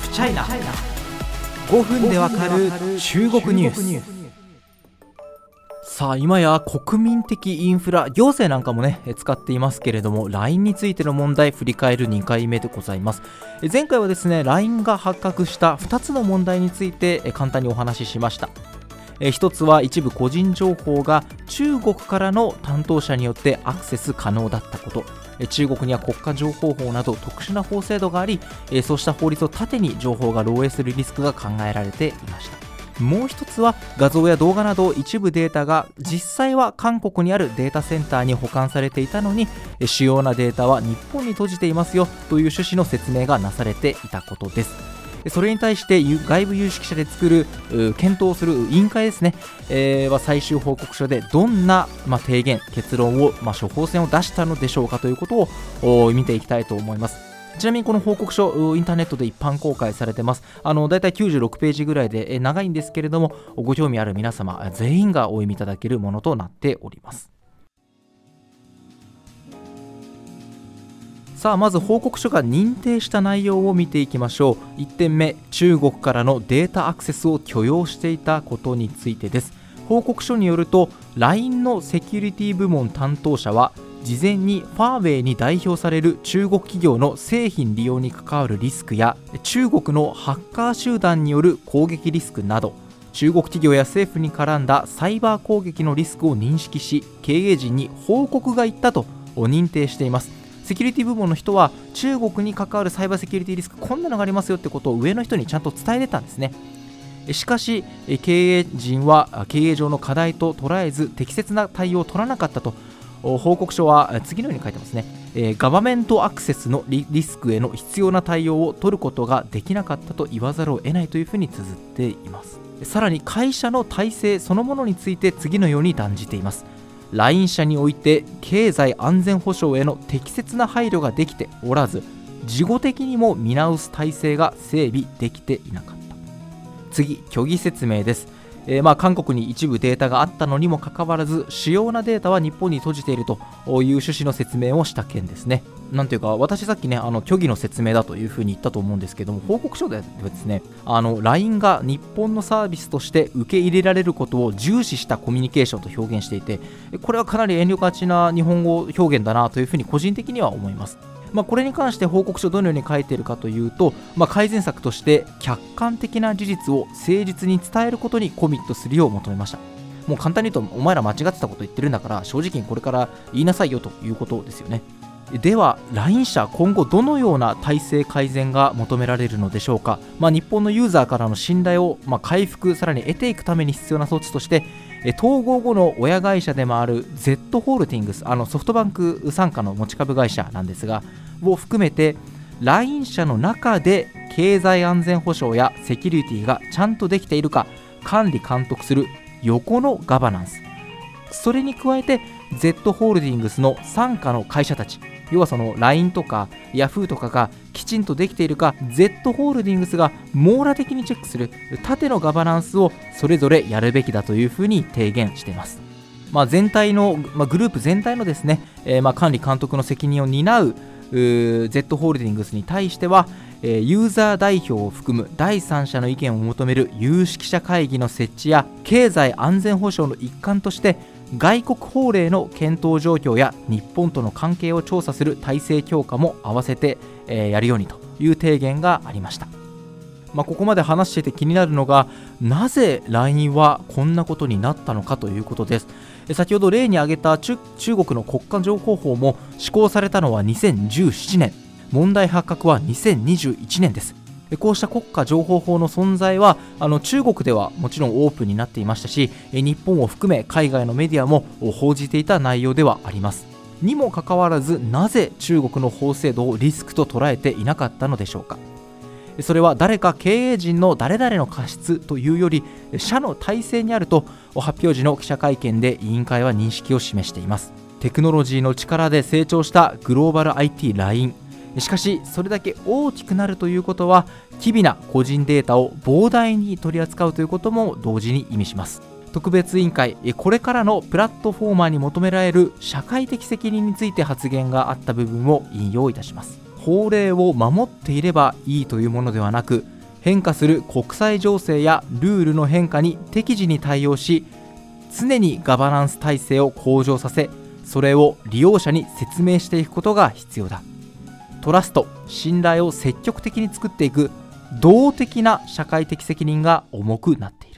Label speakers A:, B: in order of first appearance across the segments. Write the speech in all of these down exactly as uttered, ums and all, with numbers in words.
A: フチャイナ。ごふんでわかる中国ニュース。さあ今や国民的インフラ、行政なんかもね使っていますけれども、 ライン についての問題振り返るにかいめでございます。前回はですね ライン が発覚したふたつの問題について簡単にお話ししました。一つは一部個人情報が中国からの担当者によってアクセス可能だったこと。中国には国家情報法など特殊な法制度があり、そうした法律を盾に情報が漏洩するリスクが考えられていました。もう一つは画像や動画など一部データが実際は韓国にあるデータセンターに保管されていたのに、主要なデータは日本に閉じていますよという趣旨の説明がなされていたことです。それに対して外部有識者で作る検討する委員会ですね、えー、は最終報告書でどんな、まあ、提言結論を、まあ、処方箋を出したのでしょうかということを見ていきたいと思います。ちなみにこの報告書インターネットで一般公開されてます。あのだいたいきゅうじゅうろくページぐらいで長いんですけれども、ご興味ある皆様全員がお読みいただけるものとなっております。さあまず報告書が認定した内容を見ていきましょう。いってんめ、中国からのデータアクセスを許容していたことについてです。報告書によると ライン のセキュリティ部門担当者は事前にファーウェイに代表される中国企業の製品利用に関わるリスクや中国のハッカー集団による攻撃リスクなど、中国企業や政府に絡んだサイバー攻撃のリスクを認識し、経営陣に報告がいったと認定しています。セキュリティ部門の人は中国に関わるサイバーセキュリティリスクこんなのがありますよってことを上の人にちゃんと伝えてたんですね。しかし経営陣は経営上の課題と捉えず適切な対応を取らなかったと。報告書は次のように書いてますね。ガバメントアクセスの リ, リスクへの必要な対応を取ることができなかったと言わざるを得ないというふうに綴っています。さらに会社の体制そのものについて次のように断じています。 ライン 社において経済安全保障への適切な配慮ができておらず、事後的にも見直す体制が整備できていなかった。次、虚偽説明です。えーまあ、韓国に一部データがあったのにもかかわらず主要なデータは日本に閉じているという趣旨の説明をした件ですね。なんていうか、私さっきねあの虚偽の説明だというふうに言ったと思うんですけども、報告書ではですね、あの ライン が日本のサービスとして受け入れられることを重視したコミュニケーションと表現していて、これはかなり遠慮がちな日本語表現だなというふうに個人的には思います。まあ、これに関して報告書どのように書いているかというと、まあ、改善策として客観的な事実を誠実に伝えることにコミットするよう求めました。もう簡単に言うと、お前ら間違ってたこと言ってるんだから正直にこれから言いなさいよということですよね。では ライン 社今後どのような体制改善が求められるのでしょうか。まあ、日本のユーザーからの信頼をまあ回復さらに得ていくために必要な措置として、統合後の親会社でもある Z ホールディングス、あのソフトバンク傘下の持ち株会社なんですがを含めて ライン 社の中で経済安全保障やセキュリティがちゃんとできているか管理監督する横のガバナンス、それに加えて Z ホールディングスの傘下の会社たち、要はその ライン とか ヤフー とかがきちんとできているか Z ホールディングスが網羅的にチェックする縦のガバナンスをそれぞれやるべきだというふうに提言しています。まあ、全体の、まあ、グループ全体のですね、えー、まあ管理監督の責任を担うZ ホールディングスに対しては、えー、ユーザー代表を含む第三者の意見を求める有識者会議の設置や経済安全保障の一環として外国法令の検討状況や日本との関係を調査する体制強化も合わせて、えー、やるようにという提言がありました。まあ、ここまで話していて気になるのが、なぜ ライン はこんなことになったのかということです。先ほど例に挙げた 中, 中国の国家情報法も施行されたのはにせんじゅうななねん、問題発覚はにせんにじゅういちねんです。こうした国家情報法の存在はあの中国ではもちろんオープンになっていましたし、日本を含め海外のメディアも報じていた内容ではありますにもかかわらず、なぜ中国の法制度をリスクと捉えていなかったのでしょうか。それは誰か経営陣の誰々の過失というより社の体制にあると発表時の記者会見で委員会は認識を示しています。テクノロジーの力で成長したグローバル アイティー ライン、しかしそれだけ大きくなるということは機微な個人データを膨大に取り扱うということも同時に意味します。特別委員会、これからのプラットフォーマーに求められる社会的責任について発言があった部分を引用いたします。法令を守っていればいいというものではなく、 変化する国際情勢やルールの変化に適時に対応し、常にガバナンス体制を向上させ、それを利用者に説明していくことが必要だ。トラスト、信頼を積極的に作っていく動的な社会的責任が重くなっている。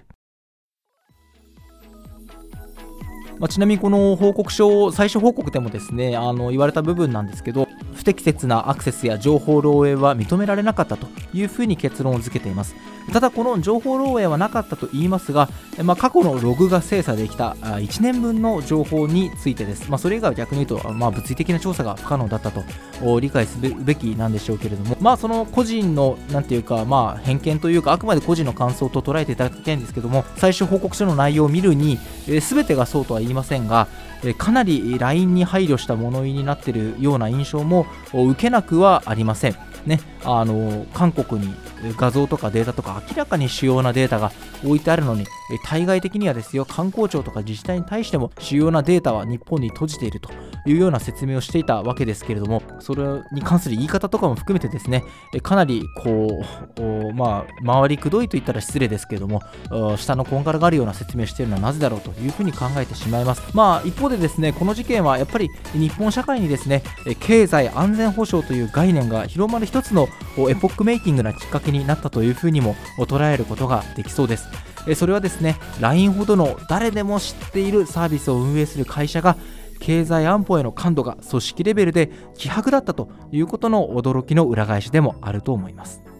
A: まあ、ちなみにこの報告書、最終報告でもですね、あの言われた部分なんですけど、不適切なアクセスや情報漏洩は認められなかったというふうに結論を付けています。ただこの情報漏洩はなかったと言いますが、まあ、過去のログが精査できたいちねんぶんの情報についてです。まあ、それ以外は逆に言うと、まあ、物理的な調査が不可能だったと理解すべきなんでしょうけれども、まあ、その個人のなんていうか、まあ、偏見というか、あくまで個人の感想と捉えていただきたいんですけども、最終報告書の内容を見るに、えー、全てがそうとは言いませんが、えー、かなり ライン に配慮した物言いになっているような印象も受けなくはありません。ね、あの韓国に画像とかデータとか明らかに主要なデータが置いてあるのに、対外的にはですよ、観光庁とか自治体に対しても主要なデータは日本に閉じているというような説明をしていたわけですけれども、それに関する言い方とかも含めてですね、かなりこう、まあ、回りくどいと言ったら失礼ですけれども、下のこんがらがるような説明をしているのはなぜだろうというふうに考えてしまいます。まあ、一方でですね、この事件はやっぱり日本社会にですね、経済安全保障という概念が広まる一つのエポックメイキングなきっかけになったというふうにも捉えることができそうです。それはですね、ライン ほどの誰でも知っているサービスを運営する会社が経済安保への感度が組織レベルで希薄だったということの驚きの裏返しでもあると思います。